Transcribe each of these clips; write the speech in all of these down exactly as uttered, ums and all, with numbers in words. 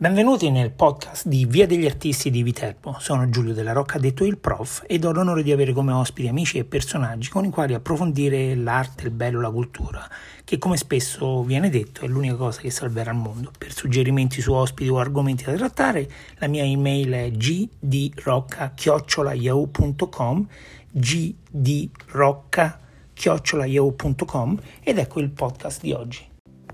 Benvenuti nel podcast di Via degli Artisti di Viterbo. Sono Giulio Della Rocca, detto il prof, ed ho l'onore di avere come ospiti amici e personaggi con i quali approfondire l'arte, il bello, la cultura, che come spesso viene detto è l'unica cosa che salverà il mondo. Per suggerimenti su ospiti o argomenti da trattare, la mia email è gdrocca chiocciola yahoo punto com gdrocca chiocciola yahoo punto com ed ecco il podcast di oggi.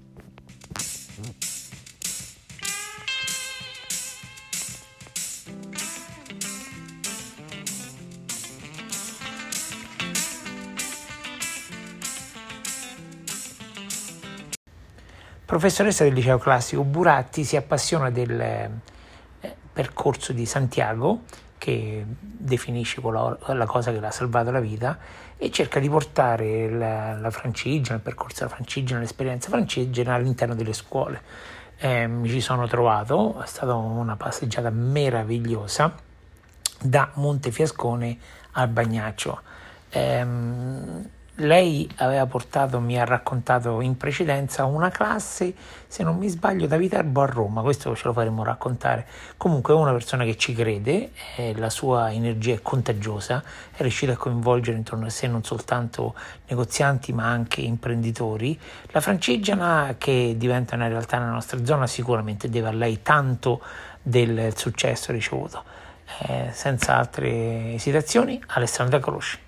Professoressa del liceo classico Buratti si appassiona del eh, percorso di Santiago, che definisce quella, la cosa che l'ha salvato la vita, e cerca di portare la, la Francigena, il percorso della Francigena, l'esperienza francigena all'interno delle scuole. Eh, mi ci sono trovato, è stata una passeggiata meravigliosa da Montefiascone al Bagnaccio. Eh, Lei aveva portato, mi ha raccontato in precedenza, una classe, se non mi sbaglio, da Viterbo a Roma. Questo ce lo faremo raccontare. Comunque è una persona che ci crede, eh, la sua energia è contagiosa, è riuscita a coinvolgere intorno a sé non soltanto negozianti ma anche imprenditori. La Francigena, che diventa una realtà nella nostra zona, sicuramente deve a lei tanto del successo ricevuto. Eh, senza altre esitazioni, Alessandra Croce.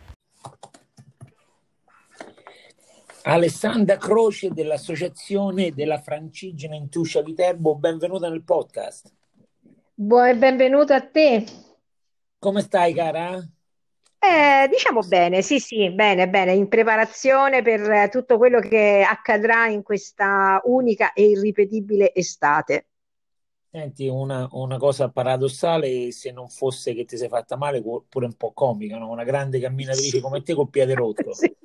Alessandra Croce dell'Associazione della Francigena in Tuscia Viterbo, benvenuta nel podcast. Buon benvenuto a te. Come stai, cara? Eh, diciamo bene, sì, sì, bene, bene, in preparazione per eh, tutto quello che accadrà in questa unica e irripetibile estate. Senti, una, una cosa paradossale, se non fosse che ti sei fatta male, pure un po' comica, no? Una grande camminatrice Sì. come te col piede rotto. Sì.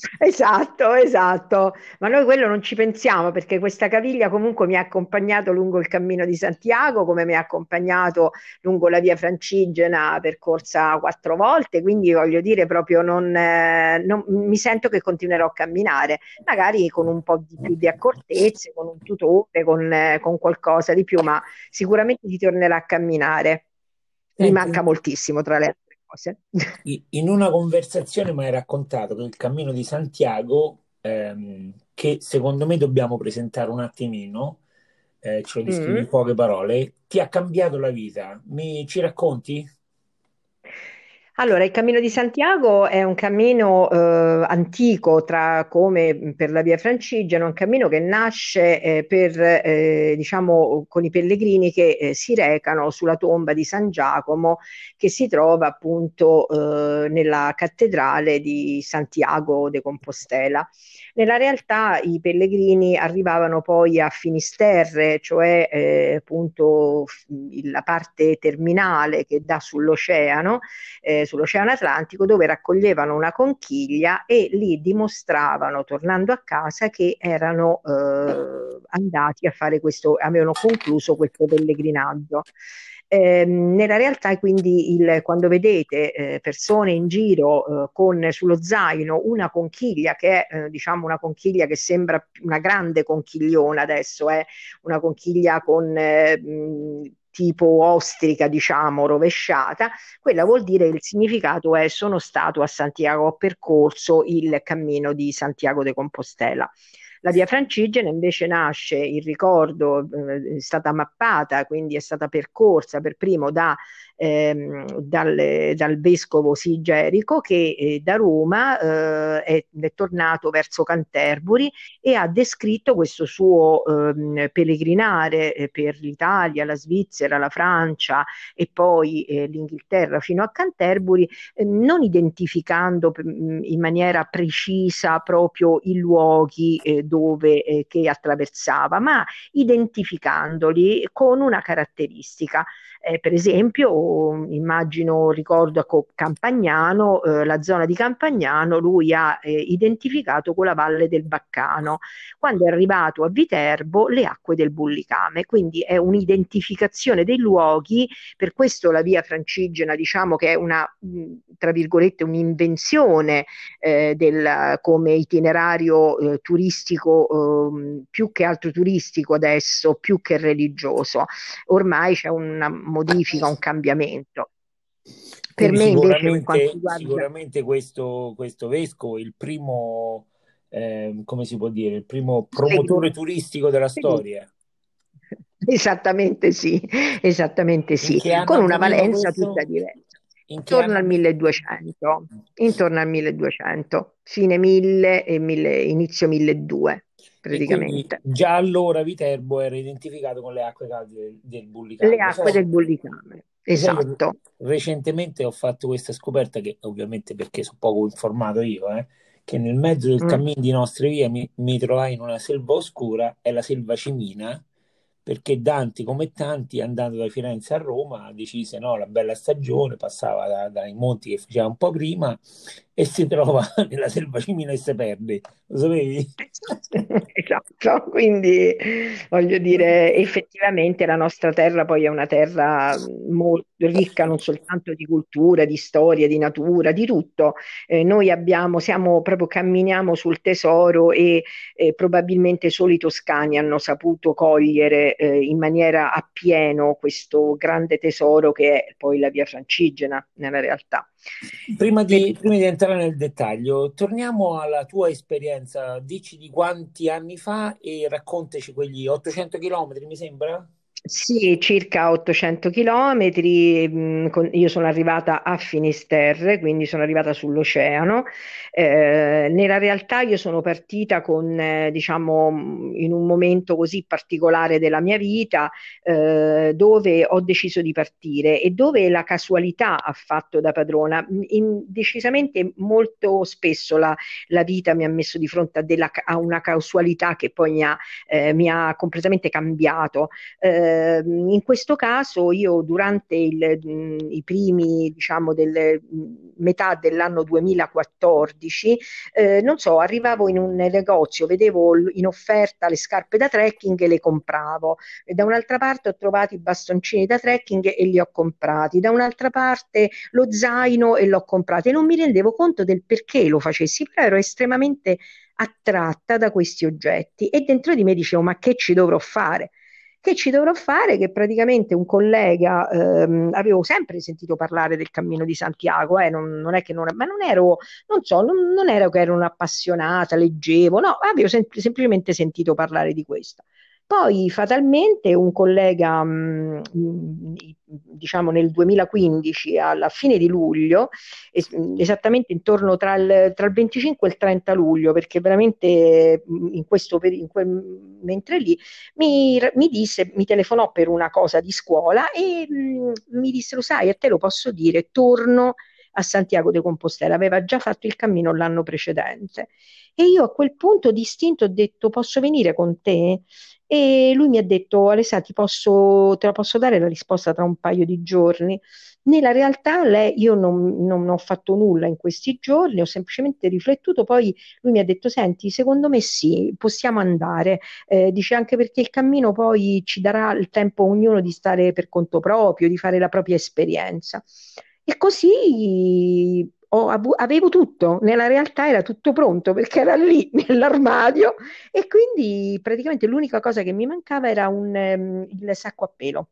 Esatto, esatto, ma noi quello non ci pensiamo perché questa caviglia comunque mi ha accompagnato lungo il Cammino di Santiago, come mi ha accompagnato lungo la via Francigena percorsa quattro volte, quindi voglio dire proprio non, eh, non- mi sento che continuerò a camminare, magari con un po' di più di accortezze, con un tutore, con, eh, con qualcosa di più, ma sicuramente si tornerà a camminare. Mi manca Senti, moltissimo tra le altre cose. in una conversazione mi hai raccontato che il Cammino di Santiago, ehm, che secondo me dobbiamo presentare un attimino, eh, ce lo descrivi in Mm. poche parole, ti ha cambiato la vita. Mi ci racconti? Allora, il Cammino di Santiago è un cammino eh, antico, tra, come per la Via Francigena, un cammino che nasce eh, per, eh, diciamo, con i pellegrini che eh, si recano sulla tomba di San Giacomo, che si trova appunto eh, nella cattedrale di Santiago de Compostela. Nella realtà i pellegrini arrivavano poi a Finisterre, cioè eh, appunto f- la parte terminale che dà sull'oceano, eh, sull'Oceano Atlantico, dove raccoglievano una conchiglia e lì dimostravano, tornando a casa, che erano eh, andati a fare questo, avevano concluso questo pellegrinaggio. Eh, nella realtà, quindi, il, quando vedete eh, persone in giro eh, con sullo zaino una conchiglia che è, eh, diciamo, una conchiglia che sembra una grande conchigliona, adesso è una conchiglia con eh, mh, tipo ostrica, diciamo, rovesciata, quella vuol dire, il significato è: sono stato a Santiago, ho percorso il cammino di Santiago de Compostela. La via Francigena invece nasce, il ricordo, eh, è stata mappata, quindi è stata percorsa per primo da, ehm, dal, dal vescovo Sigerico, che eh, da Roma eh, è, è tornato verso Canterbury e ha descritto questo suo ehm, pellegrinare eh, per l'Italia, la Svizzera, la Francia e poi eh, l'Inghilterra fino a Canterbury, eh, non identificando mh, in maniera precisa proprio i luoghi eh, dove eh, che attraversava, ma identificandoli con una caratteristica. Eh, per esempio, immagino, ricordo a Campagnano, eh, la zona di Campagnano, lui ha eh, identificato con la valle del Baccano. Quando è arrivato a Viterbo, le acque del Bullicame, quindi è un'identificazione dei luoghi. Per questo la via Francigena, diciamo che è una, mh, tra virgolette, un'invenzione eh, del, come itinerario eh, turistico dico ehm, più che altro turistico adesso, più che religioso. Ormai c'è una modifica, un cambiamento. Per Quindi me invece, per quanto sicuramente, riguarda sicuramente questo, questo vescovo, il primo, ehm, come si può dire, il primo Pellegrino, promotore turistico della sì, storia. esattamente sì, esattamente In sì, che anno con una avveniva valenza tutta questo? diversa. In che Intorno anno al avveniva? milleduecento, intorno al milleduecento, fine mille e mille, inizio milleduecento E quindi praticamente. già allora Viterbo era identificato con le acque calde del, del Le Bullicame. acque del Sai, Bullicame, sai che esatto. recentemente ho fatto questa scoperta, che ovviamente perché sono poco informato io, eh, che nel mezzo del Mm. cammin di nostre vie mi, mi trovai in una selva oscura, è la selva Cimina, perché Dante, come tanti, andando da Firenze a Roma, decise no, la bella stagione, passava da- dai monti che faceva un po' prima e si trova nella selva Cimina e si perde. Lo sapevi? Esatto, quindi voglio dire, effettivamente la nostra terra poi è una terra molto ricca non soltanto di cultura, di storia, di natura, di tutto. Eh, noi abbiamo, siamo proprio camminiamo sul tesoro e eh, probabilmente solo i toscani hanno saputo cogliere eh, in maniera appieno questo grande tesoro che è poi la Via Francigena nella realtà. Prima Per- di, prima di entrare nel dettaglio, torniamo alla tua esperienza. Dici di quanti anni fa e raccontaci quegli ottocento chilometri, mi sembra? Sì, circa ottocento chilometri. mh, con- Io sono arrivata a Finisterre, quindi sono arrivata sull'oceano. Eh, nella realtà io sono partita con, eh, diciamo, mh, in un momento così particolare della mia vita, eh, dove ho deciso di partire e dove la casualità ha fatto da padrona. Mh, in- decisamente molto spesso la, la vita mi ha messo di fronte a, della- a una casualità che poi mi ha, eh, mi ha completamente cambiato. Eh, in questo caso io durante il, mh, i primi, diciamo, del, mh, metà dell'anno duemilaquattordici, eh, non so, arrivavo in un negozio, vedevo l- in offerta le scarpe da trekking e le compravo. E da un'altra parte ho trovato i bastoncini da trekking e li ho comprati. Da un'altra parte lo zaino e l'ho comprato. E non mi rendevo conto del perché lo facessi, però ero estremamente attratta da questi oggetti e dentro di me dicevo, ma che ci dovrò fare? Che ci dovrò fare? Che praticamente un collega, ehm, avevo sempre sentito parlare del Cammino di Santiago, eh, non, non è che non, ma non ero, non so, non, non ero che ero un'appassionata, leggevo, no, avevo sem- semplicemente sentito parlare di questo. Poi fatalmente un collega, mh, mh, diciamo nel duemilaquindici, alla fine di luglio, es- esattamente intorno tra il, tra il venticinque e il trenta luglio, perché veramente mh, in questo peri- in quel- mentre lì mi, mi disse, mi telefonò per una cosa di scuola e mh, mi disse, lo sai, a te lo posso dire, torno a Santiago de Compostela, aveva già fatto il cammino l'anno precedente. E io a quel punto distinto ho detto, posso venire con te? E lui mi ha detto, Alessà, ti posso, te la posso dare la risposta tra un paio di giorni. Nella realtà lei, io non, non ho fatto nulla in questi giorni, ho semplicemente riflettuto, poi lui mi ha detto, senti, secondo me sì, possiamo andare. Eh, dice anche perché il cammino poi ci darà il tempo a ognuno di stare per conto proprio, di fare la propria esperienza. E così ho avu- avevo tutto, nella realtà era tutto pronto perché era lì nell'armadio e quindi praticamente l'unica cosa che mi mancava era un, ehm, il sacco a pelo.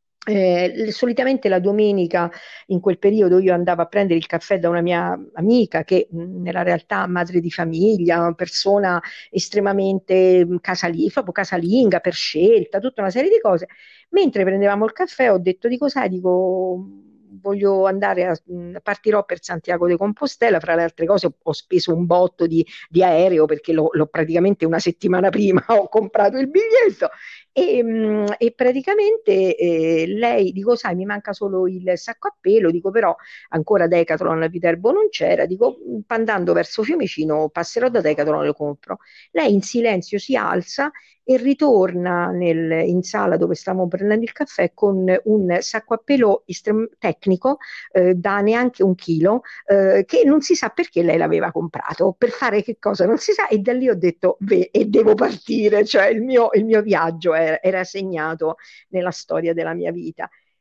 Eh, solitamente la domenica in quel periodo io andavo a prendere il caffè da una mia amica che mh, nella realtà madre di famiglia, una persona estremamente mh, casalinga, proprio casalinga per scelta, tutta una serie di cose. Mentre prendevamo il caffè ho detto, dico, sai, dico, voglio andare a, mh, partirò per Santiago de Compostela, fra le altre cose ho, ho speso un botto di, di aereo perché l'ho l'ho praticamente una settimana prima ho comprato il biglietto e, mh, e praticamente eh, lei, dico, sai, mi manca solo il sacco a pelo, dico, però ancora Decathlon a Viterbo non c'era, dico, mh, andando verso Fiumicino passerò da Decathlon e lo compro. Lei in silenzio si alza e ritorna nel- in sala dove stavamo prendendo il caffè con un sacco a pelo estrem- tecnico eh, da neanche un chilo, eh, che non si sa perché lei l'aveva comprato, per fare che cosa non si sa, e da lì ho detto, beh, e devo partire, cioè il mio, il mio viaggio era, era segnato nella storia della mia vita.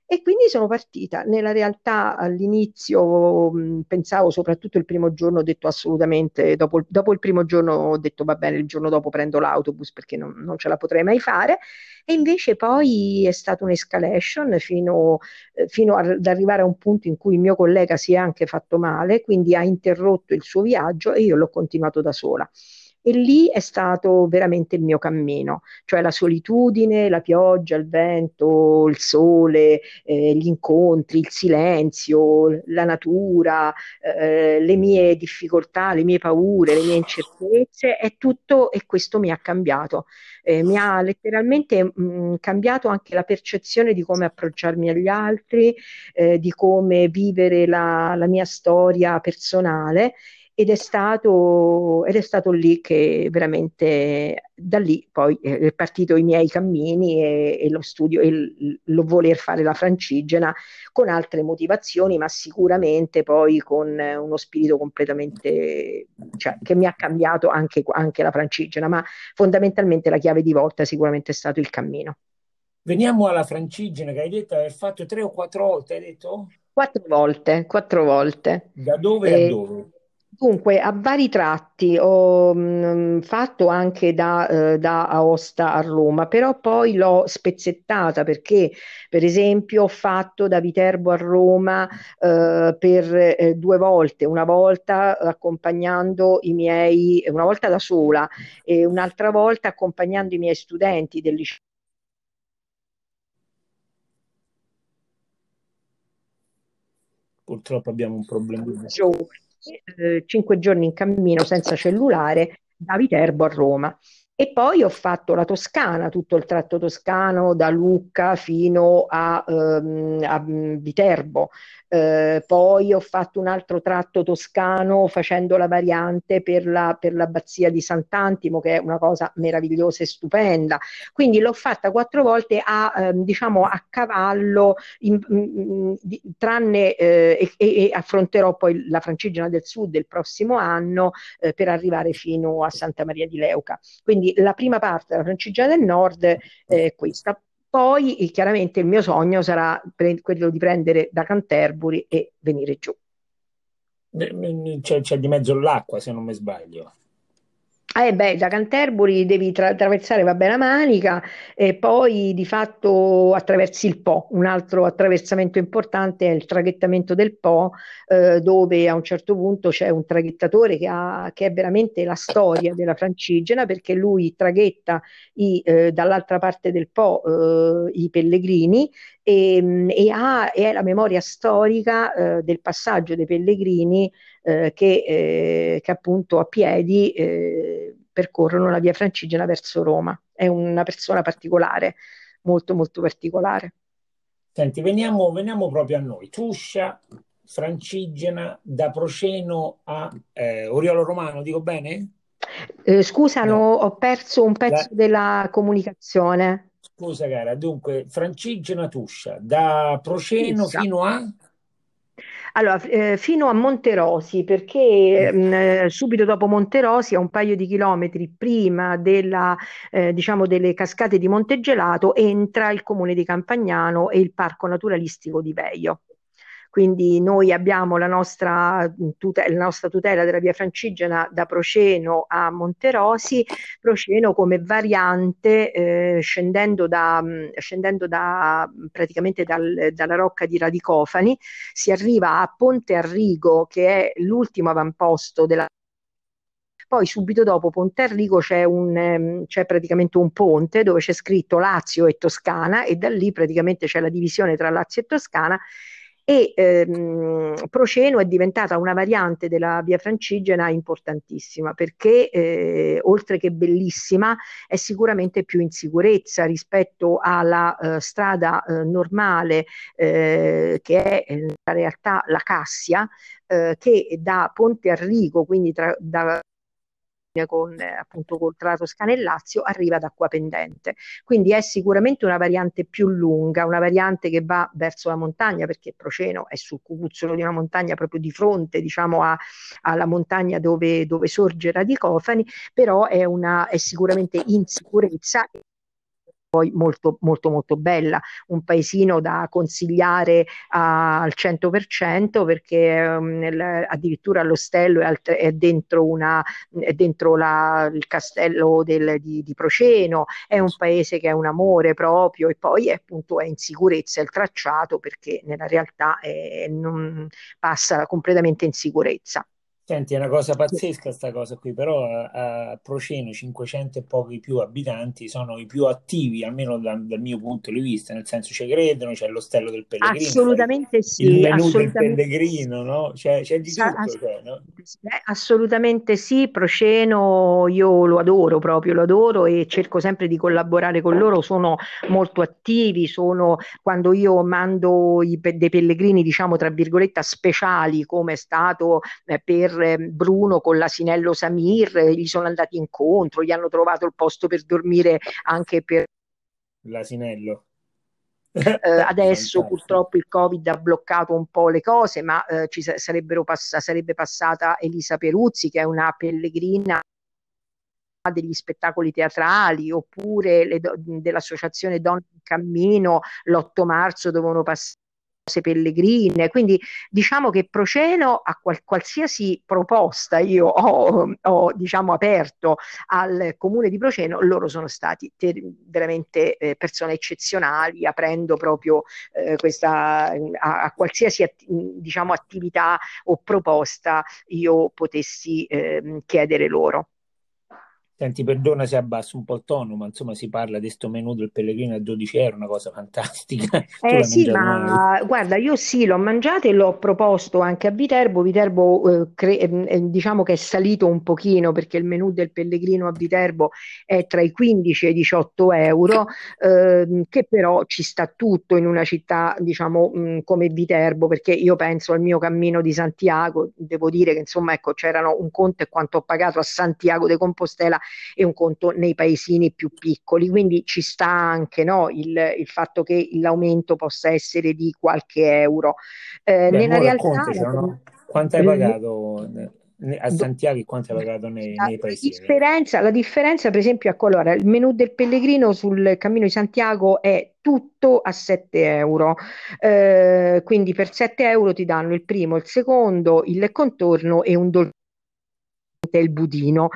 E quindi sono partita. Nella realtà all'inizio mh, pensavo, soprattutto il primo giorno, ho detto assolutamente, dopo, il- dopo il primo giorno ho detto va bene, il giorno dopo prendo l'autobus perché non, non ce la potrei mai fare. E invece poi è stata un'escalation fino, eh, fino a- ad arrivare a un punto in cui il mio collega si è anche fatto male, quindi ha interrotto il suo viaggio e io l'ho continuato da sola. E lì è stato veramente il mio cammino, cioè la solitudine, la pioggia, il vento, il sole, eh, gli incontri, il silenzio, la natura, eh, le mie difficoltà, le mie paure, le mie incertezze, è tutto e questo mi ha cambiato. Eh, mi ha letteralmente mh, cambiato anche la percezione di come approcciarmi agli altri, eh, di come vivere la, la mia storia personale. Ed è stato, ed è stato lì che veramente, da lì poi eh, è partito i miei cammini e, e lo studio, e il- lo voler fare la Francigena con altre motivazioni, ma sicuramente poi con eh, uno spirito completamente, cioè, che mi ha cambiato anche, anche la Francigena, ma fondamentalmente la chiave di volta sicuramente è stato il cammino. Veniamo alla Francigena che hai detto aver fatto tre o quattro volte, hai detto? Quattro volte, quattro volte. Da dove a E dove? dunque, a vari tratti ho mh, fatto anche da, eh, da Aosta a Roma, però poi l'ho spezzettata perché, per esempio, ho fatto da Viterbo a Roma eh, per eh, due volte, una volta accompagnando i miei, una volta da sola e un'altra volta accompagnando i miei studenti del liceo. Purtroppo abbiamo un problema. Giorni, eh, cinque giorni in cammino senza cellulare da Viterbo a Roma. E poi ho fatto la Toscana, tutto il tratto toscano da Lucca fino a, ehm, a Viterbo. Eh, poi ho fatto un altro tratto toscano facendo la variante per la, per l'abbazia di Sant'Antimo, che è una cosa meravigliosa e stupenda. Quindi l'ho fatta quattro volte a, ehm, diciamo, a cavallo in- in- di- tranne eh, e, e affronterò poi la Francigena del Sud il prossimo anno eh, per arrivare fino a Santa Maria di Leuca. Quindi la prima parte della Francigena del Nord eh, è questa. Poi eh, chiaramente il mio sogno sarà pre- quello di prendere da Canterbury e venire giù. Eh, C'è c'è di mezzo l'acqua, se non mi sbaglio. Eh beh, da Canterbury devi tra- attraversare, va bene, a Manica e poi di fatto attraversi il Po. Un altro attraversamento importante è il traghettamento del Po, eh, dove a un certo punto c'è un traghettatore che, ha- che è veramente la storia della Francigena, perché lui traghetta i, eh, dall'altra parte del Po eh, i pellegrini e, e ha, e è la memoria storica eh, del passaggio dei pellegrini eh, che, eh, che appunto a piedi eh, percorrono la via Francigena verso Roma. È una persona particolare, molto molto particolare. Senti, veniamo, veniamo proprio a noi. Tuscia, Francigena, da Proceno a eh, Oriolo Romano, dico bene? Eh, scusa, no, No. ho perso un La- pezzo della comunicazione. Scusa cara, dunque Francigena Tuscia, da Proceno Tussa. fino a... Allora, eh, fino a Monterosi, perché mh, eh, subito dopo Monterosi, a un paio di chilometri prima della, eh, diciamo, delle cascate di Montegelato, entra il comune di Campagnano e il parco naturalistico di Veio. Quindi noi abbiamo la nostra tutela, la nostra tutela della via Francigena da Proceno a Monterosi, Proceno come variante eh, scendendo da, mh, scendendo da praticamente dal- dalla rocca di Radicofani si arriva a Ponte Arrigo, che è l'ultimo avamposto della. Poi subito dopo Ponte Arrigo c'è, un, ehm, c'è praticamente un ponte dove c'è scritto Lazio e Toscana e da lì praticamente c'è la divisione tra Lazio e Toscana e ehm, Proceno è diventata una variante della via Francigena importantissima perché eh, oltre che bellissima è sicuramente più in sicurezza rispetto alla eh, strada eh, normale eh, che è in realtà la Cassia eh, che da Ponte Arrigo, quindi tra, da con eh, appunto col tra Toscana e Lazio arriva ad Acqua Pendente. Quindi è sicuramente una variante più lunga, una variante che va verso la montagna, perché Proceno è sul cucuzzolo di una montagna proprio di fronte, diciamo, a, alla montagna dove, dove sorge Radicofani, però è, una, è sicuramente in sicurezza poi molto molto molto bella, un paesino da consigliare a- al cento per cento perché ehm, nel- addirittura l'ostello è, alt- è dentro, una, è dentro la- il castello del- di, di Proceno, è un paese che è un amore proprio e poi è, appunto è in sicurezza il tracciato perché nella realtà è- non, passa completamente in sicurezza. Senti, è una cosa pazzesca sta cosa qui, però a, a Proceno cinquecento e pochi più abitanti sono i più attivi, almeno da- dal mio punto di vista, nel senso ci credono, c'è l'ostello del pellegrino, sai, Assolutamente il sì, menù del assolutamente sì. pellegrino, no? C'è c'è di Sa- tutto, ass- cioè, no? eh, assolutamente sì, Proceno io lo adoro proprio, lo adoro e cerco sempre di collaborare con loro, sono molto attivi, sono quando io mando i pe- dei pellegrini, diciamo tra virgolette, speciali, come è stato eh, per eh, Bruno con l'asinello Samir, eh, gli sono andati incontro, gli hanno trovato il posto per dormire anche per L'asinello. Eh, adesso Fantastico. purtroppo il Covid ha bloccato un po' le cose, ma eh, ci sa- sarebbero pass- sarebbe passata Elisa Peruzzi, che è una pellegrina degli spettacoli teatrali, oppure le do- dell'Associazione Donne in Cammino, l'otto marzo dovevano passare cose pellegrine, quindi diciamo che Proceno a qual- qualsiasi proposta io ho, ho, diciamo, aperto al comune di Proceno, loro sono stati ter- veramente eh, persone eccezionali, aprendo proprio eh, questa a, a qualsiasi atti- diciamo, attività o proposta io potessi ehm, chiedere loro. Senti, perdona se abbasso un po' il tono, ma insomma si parla di sto menù del pellegrino a dodici euro, una cosa fantastica. Tu Eh l'hai sì, mangiato mai? ma guarda, io sì, l'ho mangiato e l'ho proposto anche a Viterbo. Viterbo, eh, cre- eh, eh, diciamo che è salito un pochino perché il menù del Pellegrino a Viterbo è tra i quindici e i diciotto euro, ehm, che però ci sta tutto in una città, diciamo, mh, come Viterbo, perché io penso al mio cammino di Santiago, devo dire che insomma, ecco, c'erano un conto e quanto ho pagato a Santiago de Compostela e un conto nei paesini più piccoli, quindi ci sta anche, no, il, il fatto che l'aumento possa essere di qualche euro. Eh, Beh, nella mo realtà, raccontaci, la- no? Quanto hai l- pagato ne- ne- a do- Santiago e quanto hai pagato nei, la, nei la paesini? differenza, la differenza, per esempio, ecco, allora, il menù del Pellegrino sul Cammino di Santiago è tutto a sette euro. Eh, quindi per sette euro ti danno il primo, il secondo, il contorno e un dolce, il budino.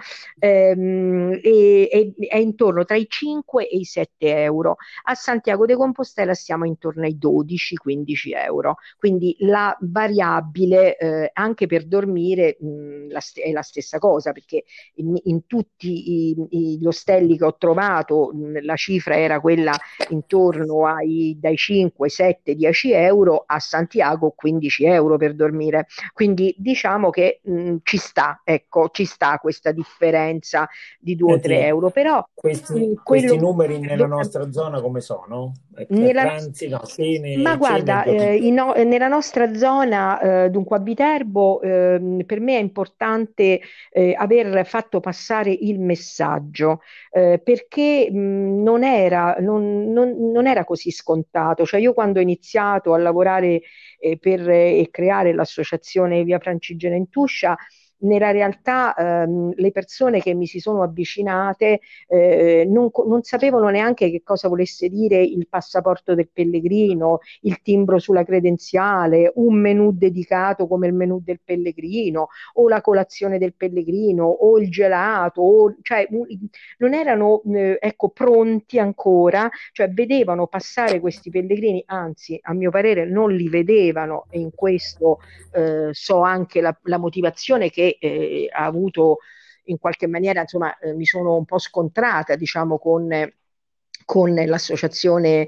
Ehm, e, e- è intorno tra i cinque e i sette euro. A Santiago de Compostela siamo intorno ai dodici quindici euro. Quindi la variabile eh, anche per dormire mh, la st- è la stessa cosa, perché in, in tutti i- i- gli ostelli che ho trovato mh, la cifra era quella intorno ai dai cinque, sette, dieci euro, a Santiago quindici euro per dormire. Quindi diciamo che mh, ci sta, ecco, ci sta questa differenza di due o tre Senti, euro, però mh, questi, questi quello numeri nella do- nostra zona come sono? Eh, eh, nella nostra Pranzi, no, ma cene, cene guarda, do- eh, in o- nella nostra zona, eh, dunque a Viterbo, ehm, per me è importante eh, aver fatto passare il messaggio, eh, perché mh, non era, non- non- non era così scontato. Cioè io quando ho iniziato a lavorare eh, per eh, creare l'associazione Via Francigena in Tuscia, nella realtà ehm, le persone che mi si sono avvicinate eh, non, co- non sapevano neanche che cosa volesse dire il passaporto del pellegrino, il timbro sulla credenziale, un menù dedicato come il menù del pellegrino, o la colazione del pellegrino, o il gelato, o, cioè un- non erano eh, ecco, pronti ancora, cioè vedevano passare questi pellegrini, anzi, a mio parere non li vedevano, e in questo eh, so anche la, la motivazione che eh, ha avuto in qualche maniera, insomma, eh, mi sono un po' scontrata, diciamo, con, eh, con l'associazione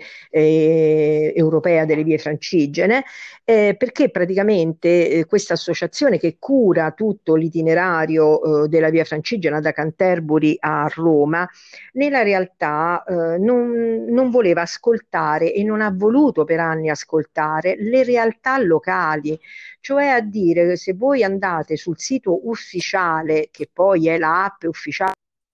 eh, europea delle vie francigene, eh, perché praticamente eh, questa associazione che cura tutto l'itinerario eh, della via francigena da Canterbury a Roma, nella realtà eh, non, non voleva ascoltare e non ha voluto per anni ascoltare le realtà locali, cioè a dire che se voi andate sul sito ufficiale, che poi è l'app ufficiale,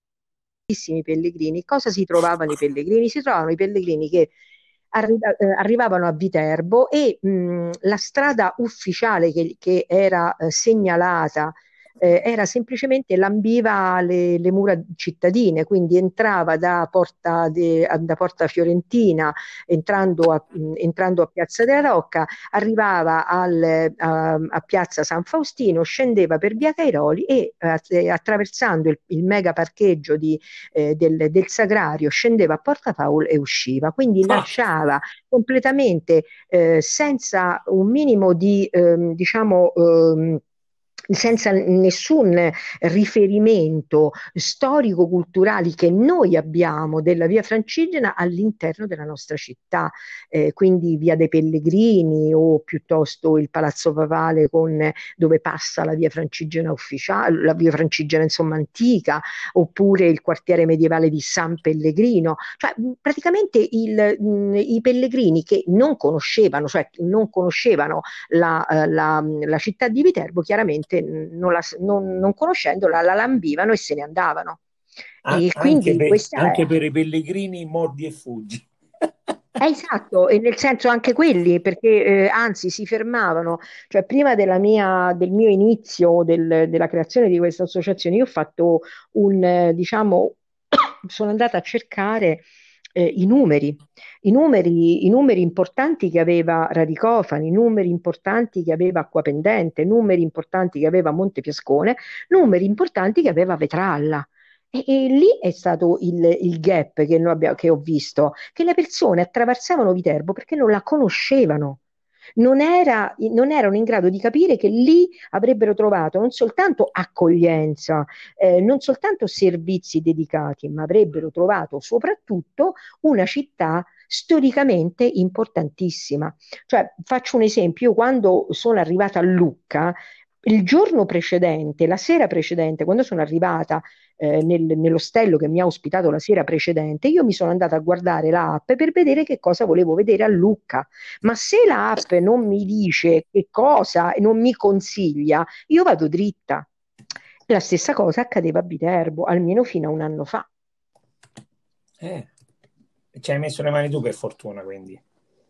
i pellegrini, cosa si trovavano i pellegrini? Si trovavano i pellegrini che arri- eh, arrivavano a Viterbo e mh, la strada ufficiale che, che era eh, segnalata eh, era semplicemente lambiva le, le mura cittadine, quindi entrava da Porta, de, da Porta Fiorentina, entrando a, entrando a Piazza della Rocca, arrivava al, a, a Piazza San Faustino, scendeva per Via Cairoli e eh, attraversando il, il mega parcheggio di, eh, del, del Sagrario scendeva a Porta Paul e usciva, quindi Ah, lasciava completamente eh, senza un minimo di ehm, diciamo ehm, senza nessun riferimento storico-culturali che noi abbiamo della Via Francigena all'interno della nostra città, eh, quindi Via dei Pellegrini o piuttosto il Palazzo Papale con, dove passa la Via Francigena ufficiale, la Via Francigena insomma antica, oppure il quartiere medievale di San Pellegrino, cioè praticamente il, mh, i pellegrini che non conoscevano, cioè non conoscevano la, eh, la, la città di Viterbo, chiaramente non, la, non, non conoscendola la lambivano e se ne andavano. a- E anche quindi per, questa è, anche per i pellegrini mordi e fuggi. è esatto, e nel senso anche quelli, perché eh, anzi si fermavano, cioè prima della mia, del mio inizio del- della creazione di questa associazione, io ho fatto un, eh, diciamo, sono andata a cercare eh, i numeri, i numeri, i numeri importanti che aveva Radicofani, i numeri importanti che aveva Acquapendente, numeri importanti che aveva Montefiascone, numeri importanti che aveva Vetralla. E, e lì è stato il, il gap che, noi abbiamo, che ho visto, che le persone attraversavano Viterbo perché non la conoscevano. Non era- non erano in grado di capire che lì avrebbero trovato non soltanto accoglienza, eh, non soltanto servizi dedicati, ma avrebbero trovato soprattutto una città storicamente importantissima. Cioè, faccio un esempio, io quando sono arrivata a Lucca, il giorno precedente, la sera precedente, quando sono arrivata eh, nel- nell'ostello che mi ha ospitato la sera precedente, io mi sono andata a guardare l'app per vedere che cosa volevo vedere a Lucca. Ma se l'app non mi dice che cosa e non mi consiglia, io vado dritta. La stessa cosa accadeva a Viterbo, almeno fino a un anno fa. Eh, ci hai messo le mani tu per fortuna, quindi.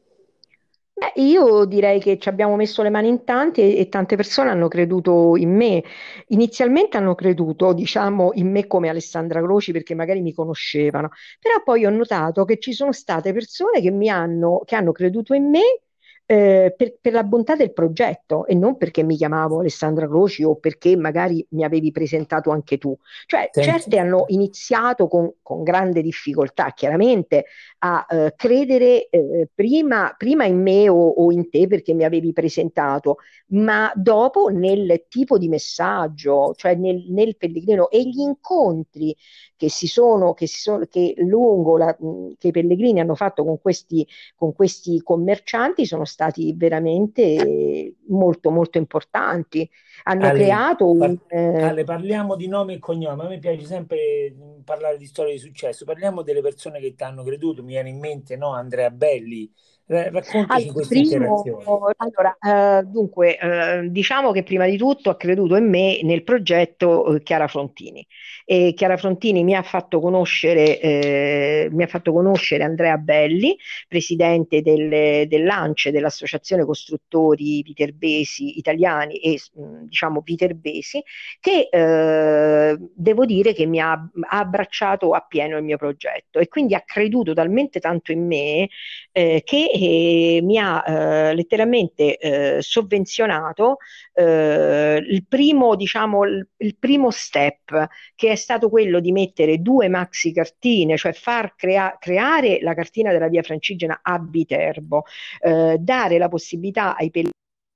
Beh, io direi che ci abbiamo messo le mani in tanti e, e tante persone hanno creduto in me. Inizialmente hanno creduto, diciamo, in me come Alessandra Croci perché magari mi conoscevano, però poi ho notato che ci sono state persone che mi hanno, che hanno creduto in me eh, per, per la bontà del progetto e non perché mi chiamavo Alessandra Croci o perché magari mi avevi presentato anche tu. Cioè, Senti, certe hanno iniziato con, con grande difficoltà, chiaramente a eh, credere eh, prima, prima in me o, o in te perché mi avevi presentato, ma dopo nel tipo di messaggio, cioè nel, nel pellegrino e gli incontri che si sono, che si sono, che lungo la, mh, che i pellegrini hanno fatto con questi, con questi commercianti sono stati veramente molto, molto importanti. Hanno Ale, creato un, par- eh, Ale, parliamo di nome e cognome. A me piace sempre mh, parlare di storie di successo. Parliamo delle persone che ti hanno creduto. Mi viene in mente, no, Andrea Belli. Ra- raccontaci Allora, questa primo, interazione. allora, eh, dunque, eh, diciamo che prima di tutto ha creduto in me nel progetto eh, Chiara Frontini e Chiara Frontini mi ha fatto conoscere, eh, mi ha fatto conoscere Andrea Belli, presidente del, dell'ANCE, dell'Associazione Costruttori Viterbesi Italiani e mh, diciamo viterbesi, che eh, devo dire che mi ha, ha abbracciato appieno il mio progetto e quindi ha creduto talmente tanto in me eh, che eh, mi ha eh, letteralmente eh, sovvenzionato eh, il primo, diciamo, il, il primo step, che è stato quello di mettere due maxi cartine, cioè far crea- creare la cartina della Via Francigena a Viterbo, eh, dare la possibilità ai pellegrini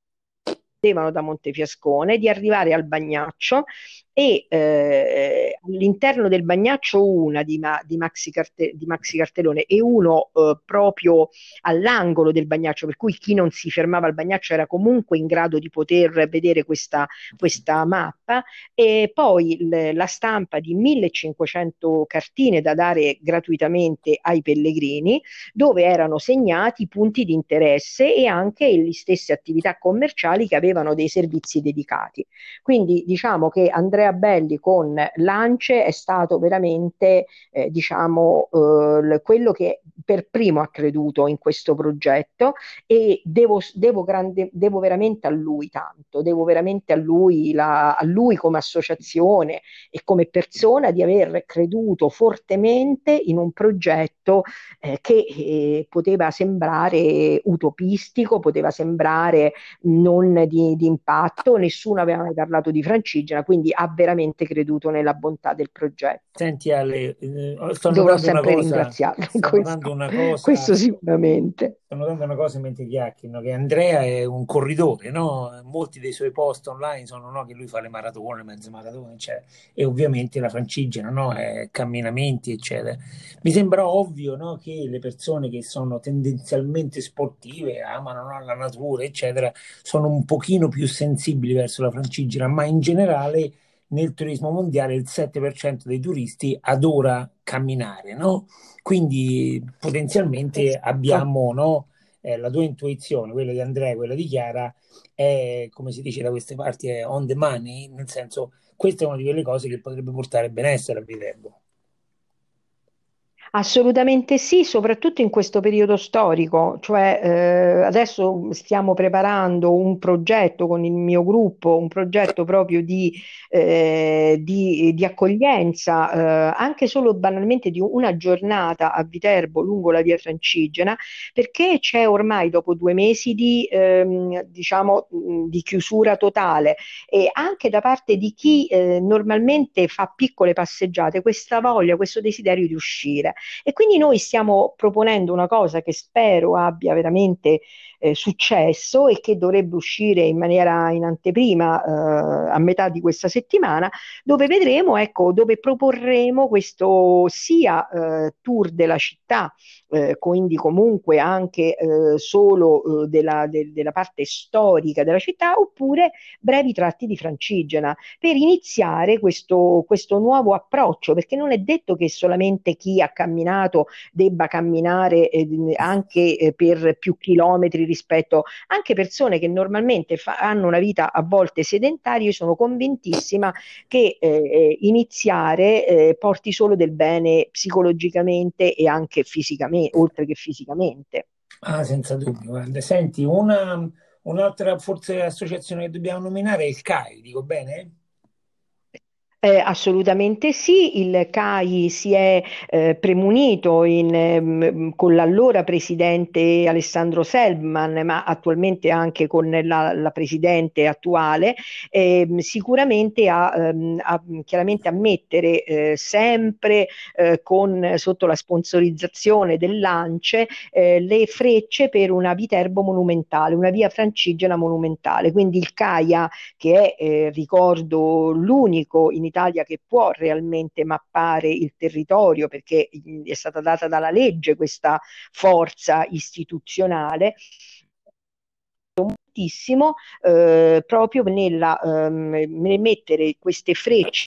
da Montefiascone di arrivare al Bagnaccio e eh, all'interno del Bagnaccio una di, ma, di, maxi carte, di maxi cartellone e uno eh, proprio all'angolo del Bagnaccio, per cui chi non si fermava al Bagnaccio era comunque in grado di poter vedere questa, questa mappa e poi l- la stampa di millecinquecento cartine da dare gratuitamente ai pellegrini dove erano segnati punti di interesse e anche le stesse attività commerciali che avevano dei servizi dedicati. Quindi diciamo che Andrea Belli con l'A N Lance è stato veramente, eh, diciamo, eh, quello che per primo ha creduto in questo progetto e devo, devo, grande, devo veramente a lui tanto, devo veramente a lui, la, a lui come associazione e come persona di aver creduto fortemente in un progetto eh, che eh, poteva sembrare utopistico, poteva sembrare non di, di impatto, nessuno aveva mai parlato di Francigena, quindi ha veramente creduto nella bontà del progetto. Senti Ale, eh, sto Dovrò notando una sempre cosa, ringraziarlo in sto notando questo, una cosa questo sicuramente. Sto notando una cosa mentre chiacchierino, che Andrea è un corridore, no? Molti dei suoi post online sono no, che lui fa le maratone, le mezze maratone, eccetera. E ovviamente la Francigena, no? È camminamenti, eccetera. Mi sembra ovvio, no, che le persone che sono tendenzialmente sportive, amano, no, la natura, eccetera, sono un pochino più sensibili verso la Francigena, ma in generale nel turismo mondiale il sette per cento dei turisti adora camminare, no? Quindi potenzialmente Esatto. abbiamo, no, eh, la tua intuizione, quella di Andrea, quella di Chiara, è, come si dice da queste parti, è on the money, nel senso, questa è una di quelle cose che potrebbe portare benessere a Viterbo. Assolutamente sì, soprattutto in questo periodo storico, cioè eh, adesso stiamo preparando un progetto con il mio gruppo, un progetto proprio di, eh, di- di accoglienza, eh, anche solo banalmente di una giornata a Viterbo lungo la via Francigena, perché c'è ormai dopo due mesi di, ehm, diciamo, mh, di chiusura totale e anche da parte di chi eh, normalmente fa piccole passeggiate, questa voglia, questo desiderio di uscire. E quindi noi stiamo proponendo una cosa che spero abbia veramente eh, successo e che dovrebbe uscire in maniera in anteprima eh, a metà di questa settimana, dove vedremo, ecco, dove proporremo questo sia eh, tour della città, eh, quindi comunque anche eh, solo eh, della, de- della parte storica della città, oppure brevi tratti di Francigena per iniziare questo, questo nuovo approccio, perché non è detto che solamente chi ha camminato debba camminare eh, anche eh, per più chilometri rispetto anche persone che normalmente fa- hanno una vita a volte sedentaria. Io sono convintissima che eh, eh, iniziare eh, porti solo del bene psicologicamente e anche fisicamente, oltre che fisicamente. Ah, senza dubbio, guarda. Senti, una, un'altra forse associazione che dobbiamo nominare è il C A I, dico bene? Eh, assolutamente sì, il C A I si è eh, premunito in, ehm, con l'allora presidente Alessandro Selman, ma attualmente anche con la, la presidente attuale, ehm, sicuramente a, ehm, a- chiaramente a mettere eh, sempre eh, con, sotto la sponsorizzazione dell'Ance eh, le frecce per una Viterbo monumentale, una via Francigena monumentale. Quindi il C A I A, che è, eh, ricordo, l'unico in Italia che può realmente mappare il territorio, perché gli è stata data dalla legge questa forza istituzionale, moltissimo eh, proprio nella, ehm, nel mettere queste frecce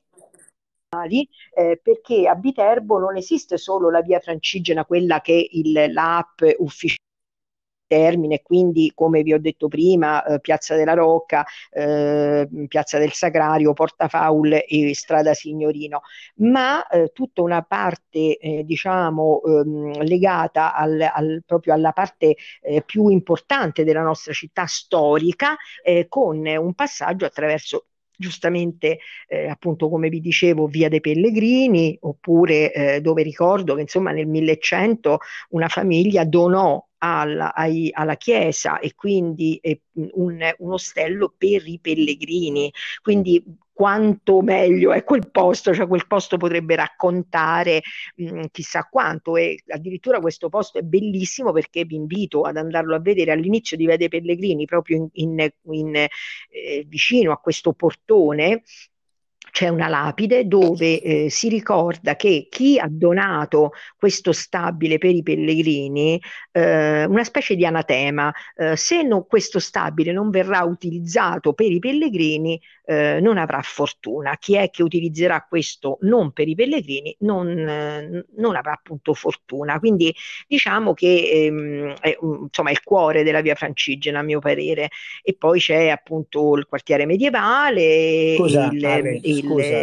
eh, perché a Viterbo non esiste solo la via Francigena, quella che il, l'app ufficiale termine, quindi come vi ho detto prima, eh, Piazza della Rocca, eh, Piazza del Sagrario, Porta Faul e Strada Signorino, ma eh, tutta una parte eh, diciamo ehm, legata al, al, proprio alla parte eh, più importante della nostra città storica, eh, con un passaggio attraverso giustamente eh, appunto come vi dicevo via dei Pellegrini, oppure eh, dove ricordo che insomma nel millecento una famiglia donò alla, ai, alla chiesa e quindi eh, un, un ostello per i pellegrini. Quindi quanto meglio è quel posto, cioè quel posto potrebbe raccontare mh, chissà quanto, e addirittura questo posto è bellissimo perché vi invito ad andarlo a vedere all'inizio di Via dei Pellegrini, proprio in, in, in, eh, vicino a questo portone c'è una lapide dove eh, si ricorda che chi ha donato questo stabile per i pellegrini, eh, una specie di anatema, eh, se no, questo stabile non verrà utilizzato per i pellegrini, eh, non avrà fortuna. Chi è che utilizzerà questo non per i pellegrini non, eh, non avrà appunto fortuna. Quindi diciamo che ehm, è, um, insomma, è il cuore della via Francigena, a mio parere. E poi c'è appunto il quartiere medievale, Scusa, il, Ale, il, scusa,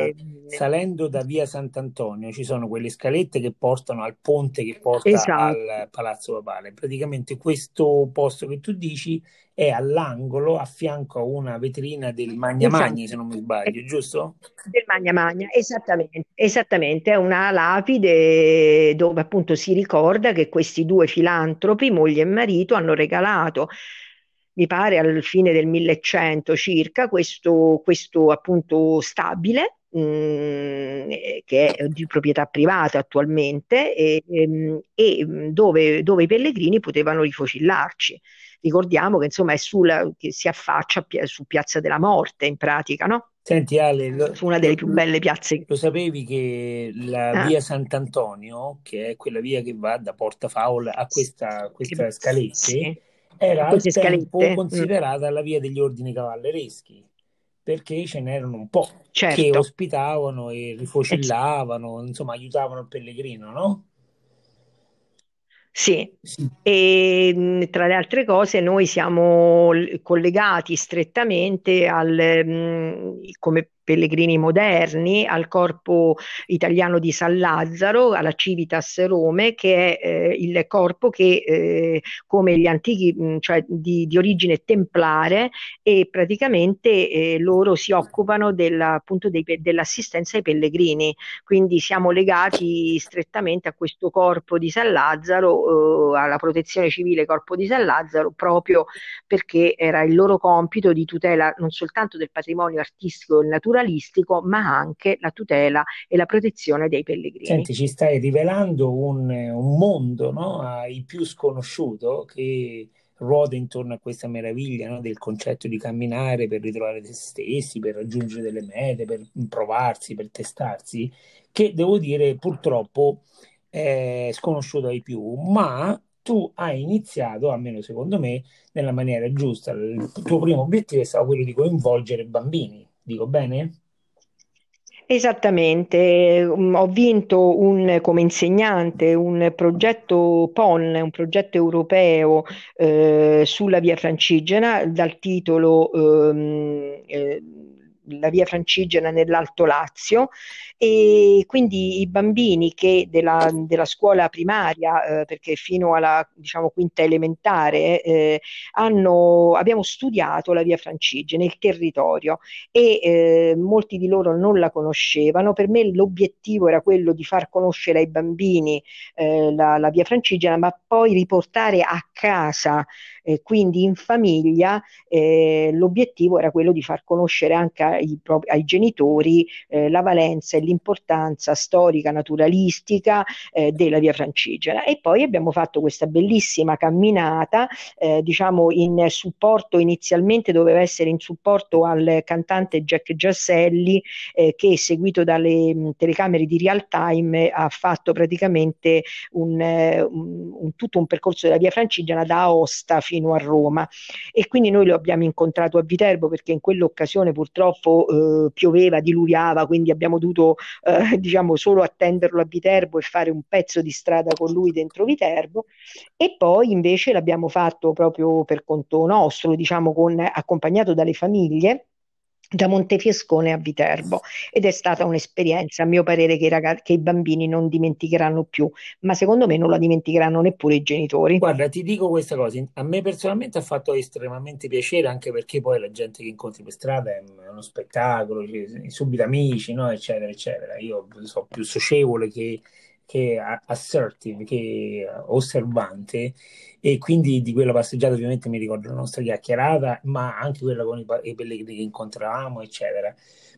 bene. salendo da via Sant'Antonio ci sono quelle scalette che portano al ponte che porta Esatto, al Palazzo Papale. Praticamente questo posto che tu dici è all'angolo, a fianco a una vetrina del Magna Magni, se esatto. non mi È sbaglio, giusto? del Magna Magna, esattamente, esattamente, è una lapide dove appunto si ricorda che questi due filantropi, moglie e marito, hanno regalato, mi pare al fine del millecento circa, questo, questo appunto stabile, mh, eh, che è di proprietà privata attualmente, e, ehm, e, mh, dove, dove i pellegrini potevano rifocillarci. Ricordiamo che insomma è sulla, che si affaccia a Pia- su Piazza della Morte in pratica, no? Senti Ale, lo, Su una delle lo- più belle piazze. lo sapevi che la Ah, via Sant'Antonio, che è quella via che va da Porta Faul a questa, che- questa scalette, sì, era a al queste tempo scalette. Mm, considerata la via degli ordini cavallereschi, perché ce n'erano un po' che certo. ospitavano e Eh, rifocillavano, insomma, aiutavano il pellegrino, no? sì, Sì. e mh, tra le altre cose noi siamo l- collegati strettamente al, mh, come pellegrini moderni al Corpo Italiano di San Lazzaro, alla Civitas Rome, che è eh, il corpo che, eh, come gli antichi, mh, cioè di, di origine templare, e praticamente eh, loro si occupano della, appunto dei pe- dell'assistenza ai pellegrini, quindi siamo legati strettamente a questo corpo di San Lazzaro, eh, alla protezione civile corpo di San Lazzaro, proprio perché era il loro compito di tutela non soltanto del patrimonio artistico e naturalistico, ma anche la tutela e la protezione dei pellegrini. Senti, ci stai rivelando un, un mondo, no? Ai più sconosciuto che ruota intorno a questa meraviglia, no? Del concetto di camminare per ritrovare se stessi, per raggiungere delle mete, per provarsi, per testarsi, che devo dire purtroppo è sconosciuto ai più, ma tu hai iniziato, almeno secondo me, nella maniera giusta. Il tuo primo obiettivo è stato quello di coinvolgere bambini, dico bene? Esattamente, mm, ho vinto un- come insegnante un progetto P O N, un progetto europeo eh, sulla via Francigena dal titolo ehm, eh, La via Francigena nell'Alto Lazio, e quindi i bambini che della, della scuola primaria, eh, perché fino alla diciamo, quinta elementare, eh, hanno, abbiamo studiato la via Francigena, il territorio, e eh, molti di loro non la conoscevano. Per me l'obiettivo era quello di far conoscere ai bambini eh, la, la via Francigena, ma poi riportare a casa, eh, quindi in famiglia, eh, l'obiettivo era quello di far conoscere anche ai, propri- ai genitori eh, la valenza e l'importanza storica, naturalistica eh, della via Francigena. E poi abbiamo fatto questa bellissima camminata, eh, diciamo in supporto, inizialmente doveva essere in supporto al cantante Jack Giasselli, eh, che seguito dalle mh, telecamere di real time ha fatto praticamente un, eh, un- un- tutto un percorso della via Francigena da Aosta fino a Roma, e quindi noi lo abbiamo incontrato a Viterbo perché in quell'occasione purtroppo eh, pioveva, diluviava, quindi abbiamo dovuto eh, diciamo solo attenderlo a Viterbo e fare un pezzo di strada con lui dentro Viterbo. E poi invece l'abbiamo fatto proprio per conto nostro, diciamo con, accompagnato dalle famiglie da Montefiascone a Viterbo, ed è stata un'esperienza, a mio parere, che i, ragazzi, che i bambini non dimenticheranno più, ma secondo me non la dimenticheranno neppure i genitori. Guarda, ti dico questa cosa, a me personalmente ha fatto estremamente piacere anche perché poi la gente che incontri per strada è è uno spettacolo, ci- subito amici, no? Eccetera, eccetera. Io sono più socievole che, che a- assertive, che osservante, e quindi di quella passeggiata ovviamente mi ricordo la nostra chiacchierata, ma anche quella con i, pa- i pellegrini che incontravamo, eccetera.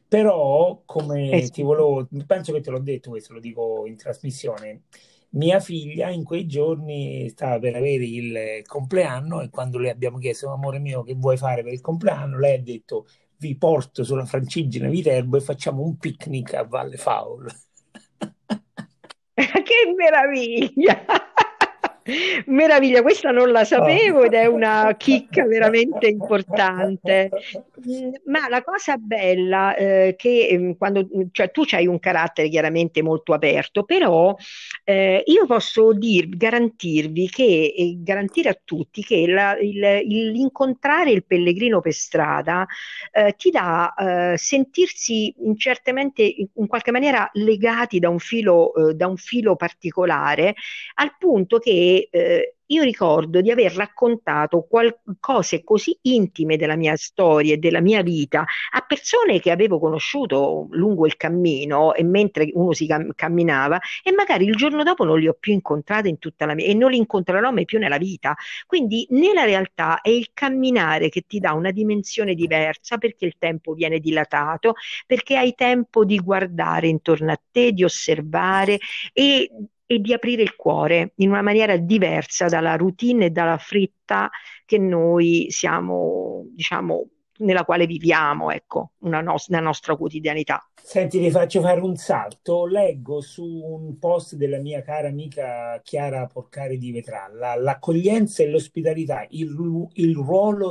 Però, Eh come ti sì. volevo, penso che te l'ho detto questo, lo dico in trasmissione. Mia figlia in quei giorni stava per avere il compleanno e quando le abbiamo chiesto, amore mio, che vuoi fare per il compleanno? Lei ha detto, vi porto sulla Francigena Viterbo e facciamo un picnic a Valle Faul. Che meraviglia! Meraviglia, questa non la Ah. sapevo ed è una chicca veramente importante. Mm, Ma la cosa bella eh, che ehm, quando, cioè tu hai un carattere chiaramente molto aperto, però eh, io posso dir, garantirvi che, e garantire a tutti che la- il- il- l'incontrare il pellegrino per strada eh, ti dà eh, sentirsi in certamente in in qualche maniera legati da un filo, eh, da un filo particolare al punto che eh, io ricordo di aver raccontato qual- cose così intime della mia storia e della mia vita a persone che avevo conosciuto lungo il cammino e mentre uno si cam- camminava e magari il giorno dopo non li ho più incontrati in tutta la mia e non li incontrerò mai più nella vita. Quindi nella realtà è il camminare che ti dà una dimensione diversa perché il tempo viene dilatato, perché hai tempo di guardare intorno a te, di osservare e, e di aprire il cuore in una maniera diversa dalla routine e dalla fretta che noi siamo, diciamo, nella quale viviamo, ecco, una nos- la nostra quotidianità. Senti, ti faccio fare un salto. Leggo su un post della mia cara amica Chiara Porcari di Vetralla, l'accoglienza e l'ospitalità, il, ru- il ruolo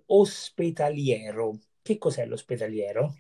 dell'ospedaliero. Che cos'è l'ospedaliero?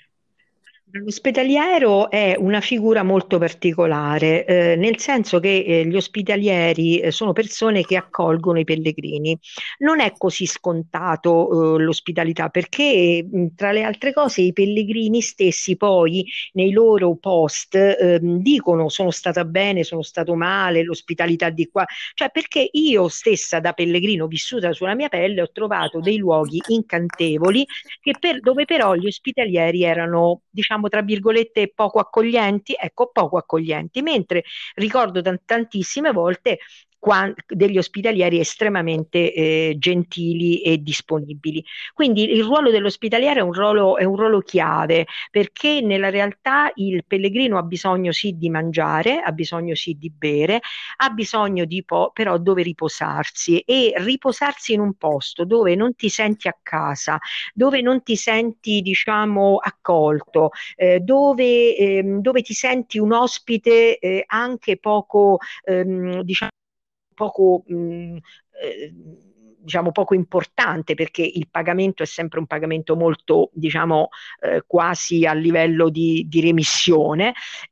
L'ospedaliero è una figura molto particolare, eh, nel senso che eh, gli ospitalieri eh, sono persone che accolgono i pellegrini. Non è così scontato, eh, l'ospitalità perché, mh, tra le altre cose, i pellegrini stessi poi nei loro post ehm, dicono sono stata bene, sono stato male, l'ospitalità di qua. Cioè, perché io stessa da pellegrino vissuta sulla mia pelle ho trovato dei luoghi incantevoli che per- dove però gli ospitalieri erano, diciamo, tra virgolette, poco accoglienti, ecco, poco accoglienti, mentre ricordo tan- tantissime volte qua- degli ospitalieri estremamente eh, gentili e disponibili. Quindi il ruolo dell'ospitaliere è un ruolo, è un ruolo chiave perché nella realtà il pellegrino ha bisogno sì di mangiare, ha bisogno sì di bere, ha bisogno di po- però dove riposarsi e riposarsi in un posto dove non ti senti a casa, dove non ti senti, diciamo, accolto, eh, dove, ehm, dove ti senti un ospite eh, anche poco, ehm, diciamo, poco, mh, eh, diciamo poco importante perché il pagamento è sempre un pagamento molto, diciamo, eh, quasi a livello di, di remissione.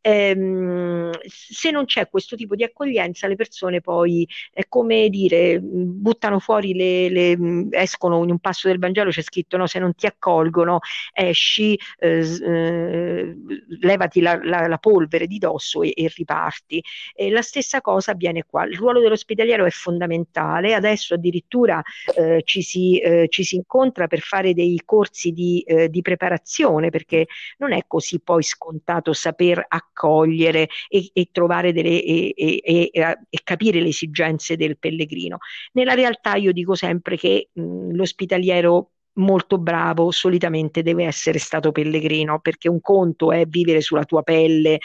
Ehm, se non c'è questo tipo di accoglienza, le persone poi è come dire, mh, buttano fuori le, le- mh, escono in un passo del Vangelo, c'è scritto no, se non ti accolgono, esci, eh, s- eh, levati la, la- la polvere di dosso e, e riparti. E la stessa cosa avviene qua. Il ruolo dell'ospedaliero è fondamentale. Adesso addirittura eh, ci si, eh, ci si incontra per fare dei corsi di, eh, di preparazione, perché non è così poi scontato saper accogliere e, e trovare delle e, e- e- e capire le esigenze del pellegrino. Nella realtà io dico sempre che mh, l'ospitaliero molto bravo solitamente deve essere stato pellegrino, perché un conto è vivere sulla tua pelle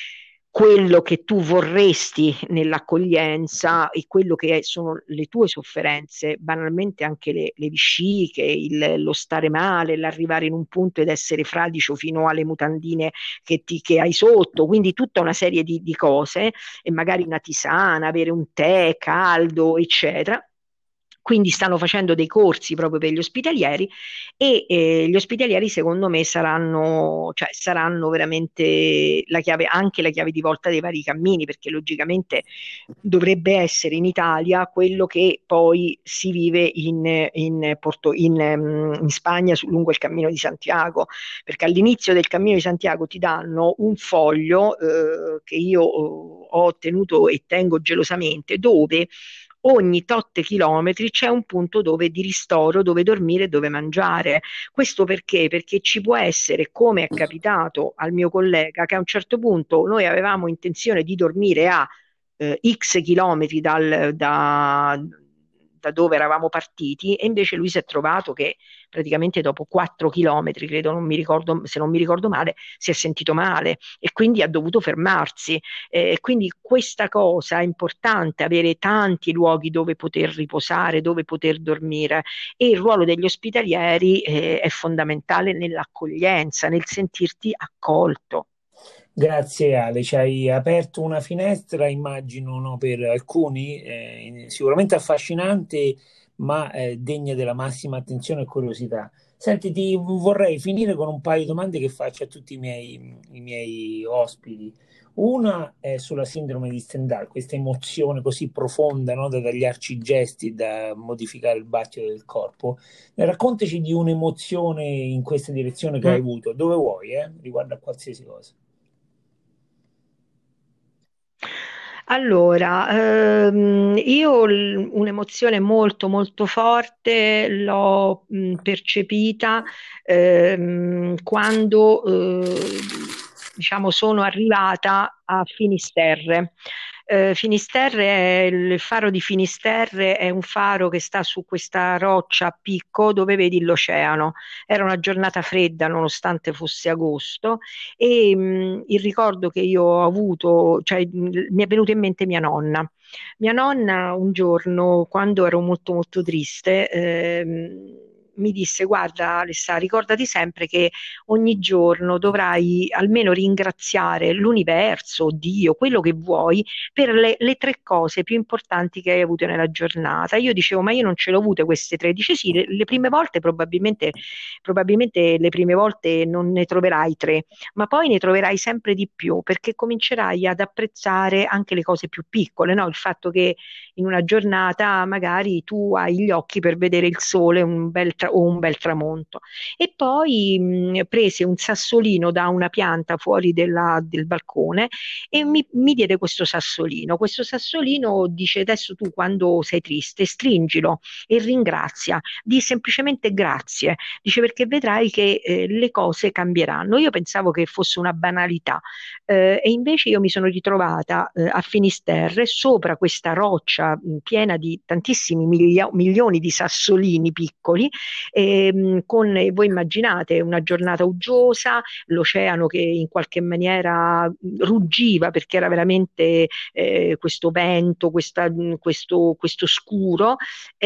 quello che tu vorresti nell'accoglienza e quello che sono le tue sofferenze, banalmente anche le, le vesciche, il- lo stare male, l'arrivare in un punto ed essere fradicio fino alle mutandine che, ti, che hai sotto, quindi tutta una serie di, di cose, e magari una tisana, avere un tè caldo, eccetera. Quindi stanno facendo dei corsi proprio per gli ospitalieri e eh, gli ospitalieri secondo me saranno, cioè, saranno veramente la chiave, anche la chiave di volta dei vari cammini, perché logicamente dovrebbe essere in Italia quello che poi si vive in, in, Porto, in, ehm, in Spagna su- lungo il Cammino di Santiago, perché all'inizio del Cammino di Santiago ti danno un foglio eh, che io eh, ho tenuto e tengo gelosamente, dove ogni tot chilometri c'è un punto dove, di ristoro, dove dormire e dove mangiare. Questo perché? Perché ci può essere, come è capitato al mio collega, che a un certo punto noi avevamo intenzione di dormire a eh, X chilometri dal, da, da dove eravamo partiti e invece lui si è trovato che praticamente dopo quattro chilometri, credo, non mi ricordo, se non mi ricordo male, si è sentito male e quindi ha dovuto fermarsi. Eh, quindi questa cosa è importante, avere tanti luoghi dove poter riposare, dove poter dormire e il ruolo degli ospitalieri eh, è fondamentale nell'accoglienza, nel sentirti accolto. Grazie Ale, ci hai aperto una finestra, immagino, no, per alcuni, eh, sicuramente affascinante, ma eh, degna della massima attenzione e curiosità. Senti, ti vorrei finire con un paio di domande che faccio a tutti i miei, i miei ospiti. Una è sulla sindrome di Stendhal, questa emozione così profonda, no, da tagliarci i gesti, da modificare il battito del corpo. Raccontaci di un'emozione in questa direzione che hai Mm. avuto, dove vuoi, eh, riguardo a qualsiasi cosa. Allora, ehm, io l- un'emozione molto molto forte l'ho mh, percepita ehm, quando eh, diciamo sono arrivata a Finisterre. Eh, Finisterre è il faro di Finisterre, è un faro che sta su questa roccia a picco dove vedi l'oceano. Era una giornata fredda nonostante fosse agosto e mh, il ricordo che io ho avuto, cioè mh, mi è venuta in mente mia nonna. Mia nonna un giorno, quando ero molto molto triste, ehm, mi disse: Guarda, Alessà, ricordati sempre che ogni giorno dovrai almeno ringraziare l'universo, Dio, quello che vuoi, per le, le tre cose più importanti che hai avuto nella giornata. Io dicevo: Ma io non ce l'ho avute queste tre. Dice: Sì, le, le prime volte probabilmente, probabilmente le prime volte non ne troverai tre, ma poi ne troverai sempre di più perché comincerai ad apprezzare anche le cose più piccole, no? Il fatto che in una giornata magari tu hai gli occhi per vedere il sole un bel tra- o un bel tramonto. E poi mh, prese un sassolino da una pianta fuori della- del balcone e mi, mi diede questo sassolino. Questo sassolino dice: Adesso tu quando sei triste stringilo e ringrazia, di semplicemente grazie. Dice: Perché vedrai che eh, le cose cambieranno. Io pensavo che fosse una banalità, eh, e invece io mi sono ritrovata eh, a Finisterre sopra questa roccia mh, piena di tantissimi miglia- milioni di sassolini piccoli, ehm, con, eh, voi immaginate, una giornata uggiosa, l'oceano che in qualche maniera mh, ruggiva perché era veramente eh, questo vento, questa, mh, questo, questo scuro.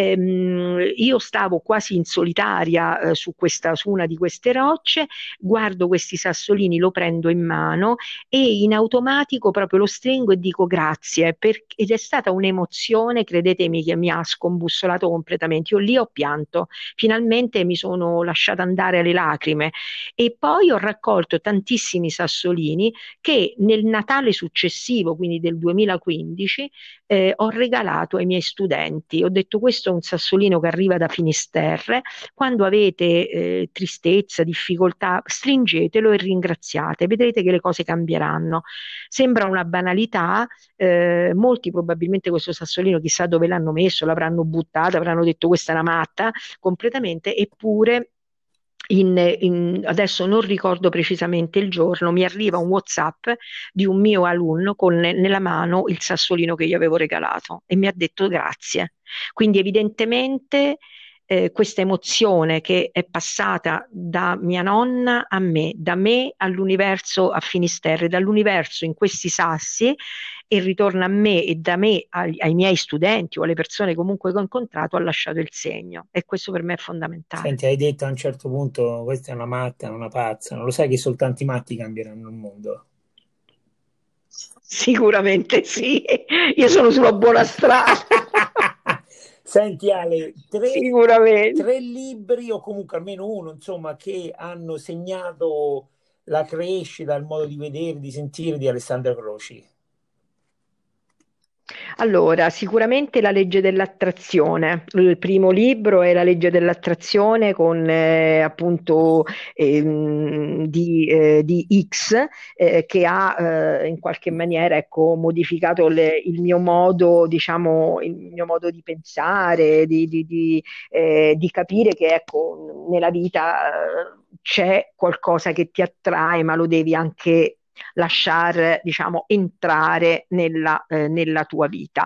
Ehm, io stavo quasi in solitaria eh, su questa, su una di queste rocce, guardo questi sassolini, lo prendo in mano e in automatico proprio lo stringo e dico grazie, per- ed è stata un'emozione, credetemi, che mi ha scombussolato completamente. Io lì ho pianto, finalmente mi sono lasciata andare alle lacrime e poi ho raccolto tantissimi sassolini che nel Natale successivo, quindi del duemilaquindici, eh, ho regalato ai miei studenti. Ho detto: Questo è un sassolino che arriva da Finisterre. Quando avete eh, tristezza, difficoltà, stringetelo e ringraziate, vedrete che le cose cambieranno. Sembra una banalità, eh, molti probabilmente questo sassolino chissà dove l'hanno messo, l'avranno buttato, avranno detto questa è una matta completamente, eppure in, in- adesso non ricordo precisamente il giorno, mi arriva un WhatsApp di un mio alunno con ne- nella mano il sassolino che gli avevo regalato e mi ha detto grazie. Quindi evidentemente eh, questa emozione che è passata da mia nonna a me, da me all'universo a Finisterre, dall'universo in questi sassi e ritorna a me e da me ai, ai miei studenti o alle persone comunque che ho incontrato ha lasciato il segno e questo per me è fondamentale. Senti, hai detto a un certo punto, questa è una matta, è una pazza, non lo sai che soltanto i matti cambieranno il mondo? Sicuramente sì, io sono sulla buona strada. Senti Ale, tre, Sicuramente. tre libri o comunque almeno uno, insomma, che hanno segnato la crescita, il modo di vedere, di sentire di Alessandro Croci. Allora, sicuramente la legge dell'attrazione. Il primo libro è la legge dell'attrazione con eh, appunto ehm, di, eh, di X eh, che ha eh, in qualche maniera ecco, modificato le- il mio modo, diciamo, il mio modo di pensare, di, di- di, eh, di capire che ecco, nella vita eh, c'è qualcosa che ti attrae, ma lo devi anche lasciare, diciamo, entrare nella, eh, nella tua vita.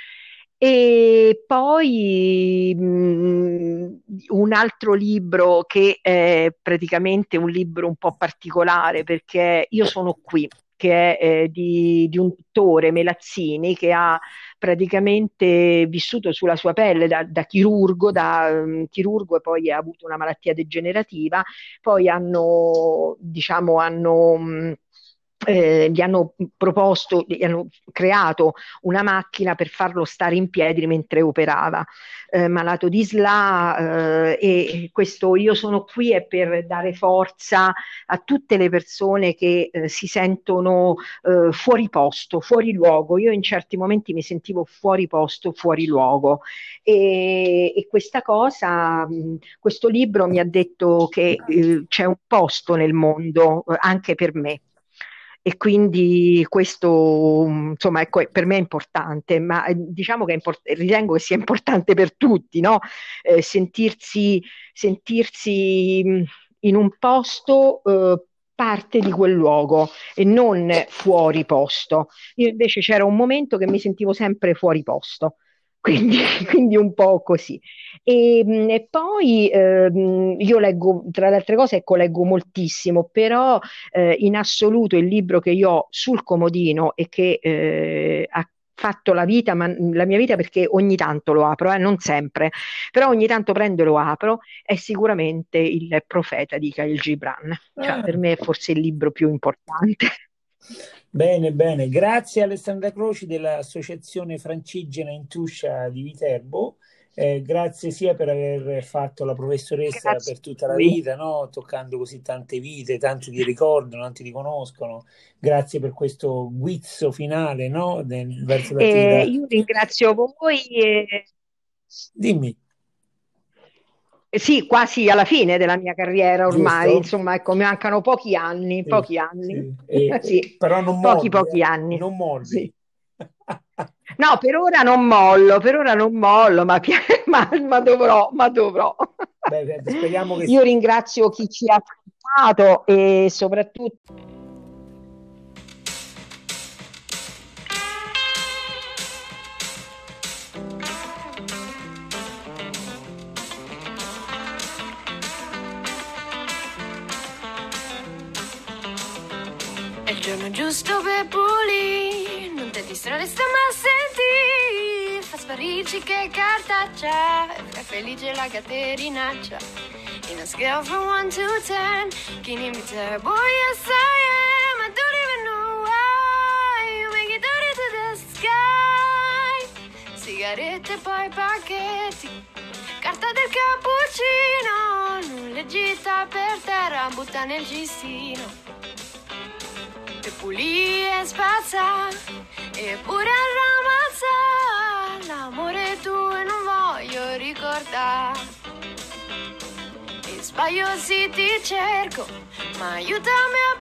E poi mh, un altro libro che è praticamente un libro un po' particolare perché io sono qui, che è eh, di, di un pittore, Melazzini, che ha praticamente vissuto sulla sua pelle da, da chirurgo, da um, chirurgo e poi ha avuto una malattia degenerativa, poi hanno, diciamo, hanno mh, eh, gli hanno proposto, gli hanno creato una macchina per farlo stare in piedi mentre operava, eh, malato di S L A, eh, e questo io sono qui è per dare forza a tutte le persone che eh, si sentono eh, fuori posto, fuori luogo. Io in certi momenti mi sentivo fuori posto, fuori luogo e, e questa cosa, mh, questo libro mi ha detto che eh, c'è un posto nel mondo eh, anche per me. E quindi questo, insomma, ecco, per me è importante, ma eh, diciamo che è import- ritengo che sia importante per tutti, no? Eh, sentirsi, sentirsi mh, in un posto, eh, parte di quel luogo e non fuori posto. Io invece c'era un momento che mi sentivo sempre fuori posto. Quindi, quindi un po' così. E, mh, e poi ehm, io leggo, tra le altre cose, ecco, leggo moltissimo, però eh, in assoluto il libro che io ho sul comodino e che eh, ha fatto la vita, ma la mia vita perché ogni tanto lo apro, eh, non sempre, però ogni tanto prendo e lo apro, è sicuramente Il Profeta di Khalil Gibran. Cioè, Ah, per me è forse il libro più importante. bene, bene. Grazie Alessandra Croci dell'Associazione Francigena in Tuscia di Viterbo. Eh, grazie sia per aver fatto la professoressa Grazie per a tutta la voi. vita, no? Toccando così tante vite, tanti ti ricordano, tanti ti conoscono. Grazie per questo guizzo finale, no? Del- verso E l'attività. io ringrazio voi. E Dimmi, Eh, sì, quasi alla fine della mia carriera ormai, giusto? insomma, ecco, mi mancano pochi anni, Sì, pochi anni, sì. E- e- sì, però non pochi molli, pochi eh? anni, Non molli. sì. No, per ora non mollo, per ora non mollo, ma, pia- ma- ma dovrò, ma dovrò. Beh, beh, speriamo che... Io ringrazio chi ci ha ascoltato e soprattutto È il giorno giusto per pulire, non ti distrarre, sta ma senti, fa sparirci che cartaccia, è felice la caterinaccia. In a scale from one to ten, can you be terrible? Yes I am, I don't even know why, you make it dirty to the sky. Sigarette e poi pacchetti, carta del cappuccino, non le gita per terra, butta nel cestino. E pulì e spazza, eppure ramazza, l'amore tuo e non voglio ricordare. E sbaglio sì ti cerco, ma aiutami a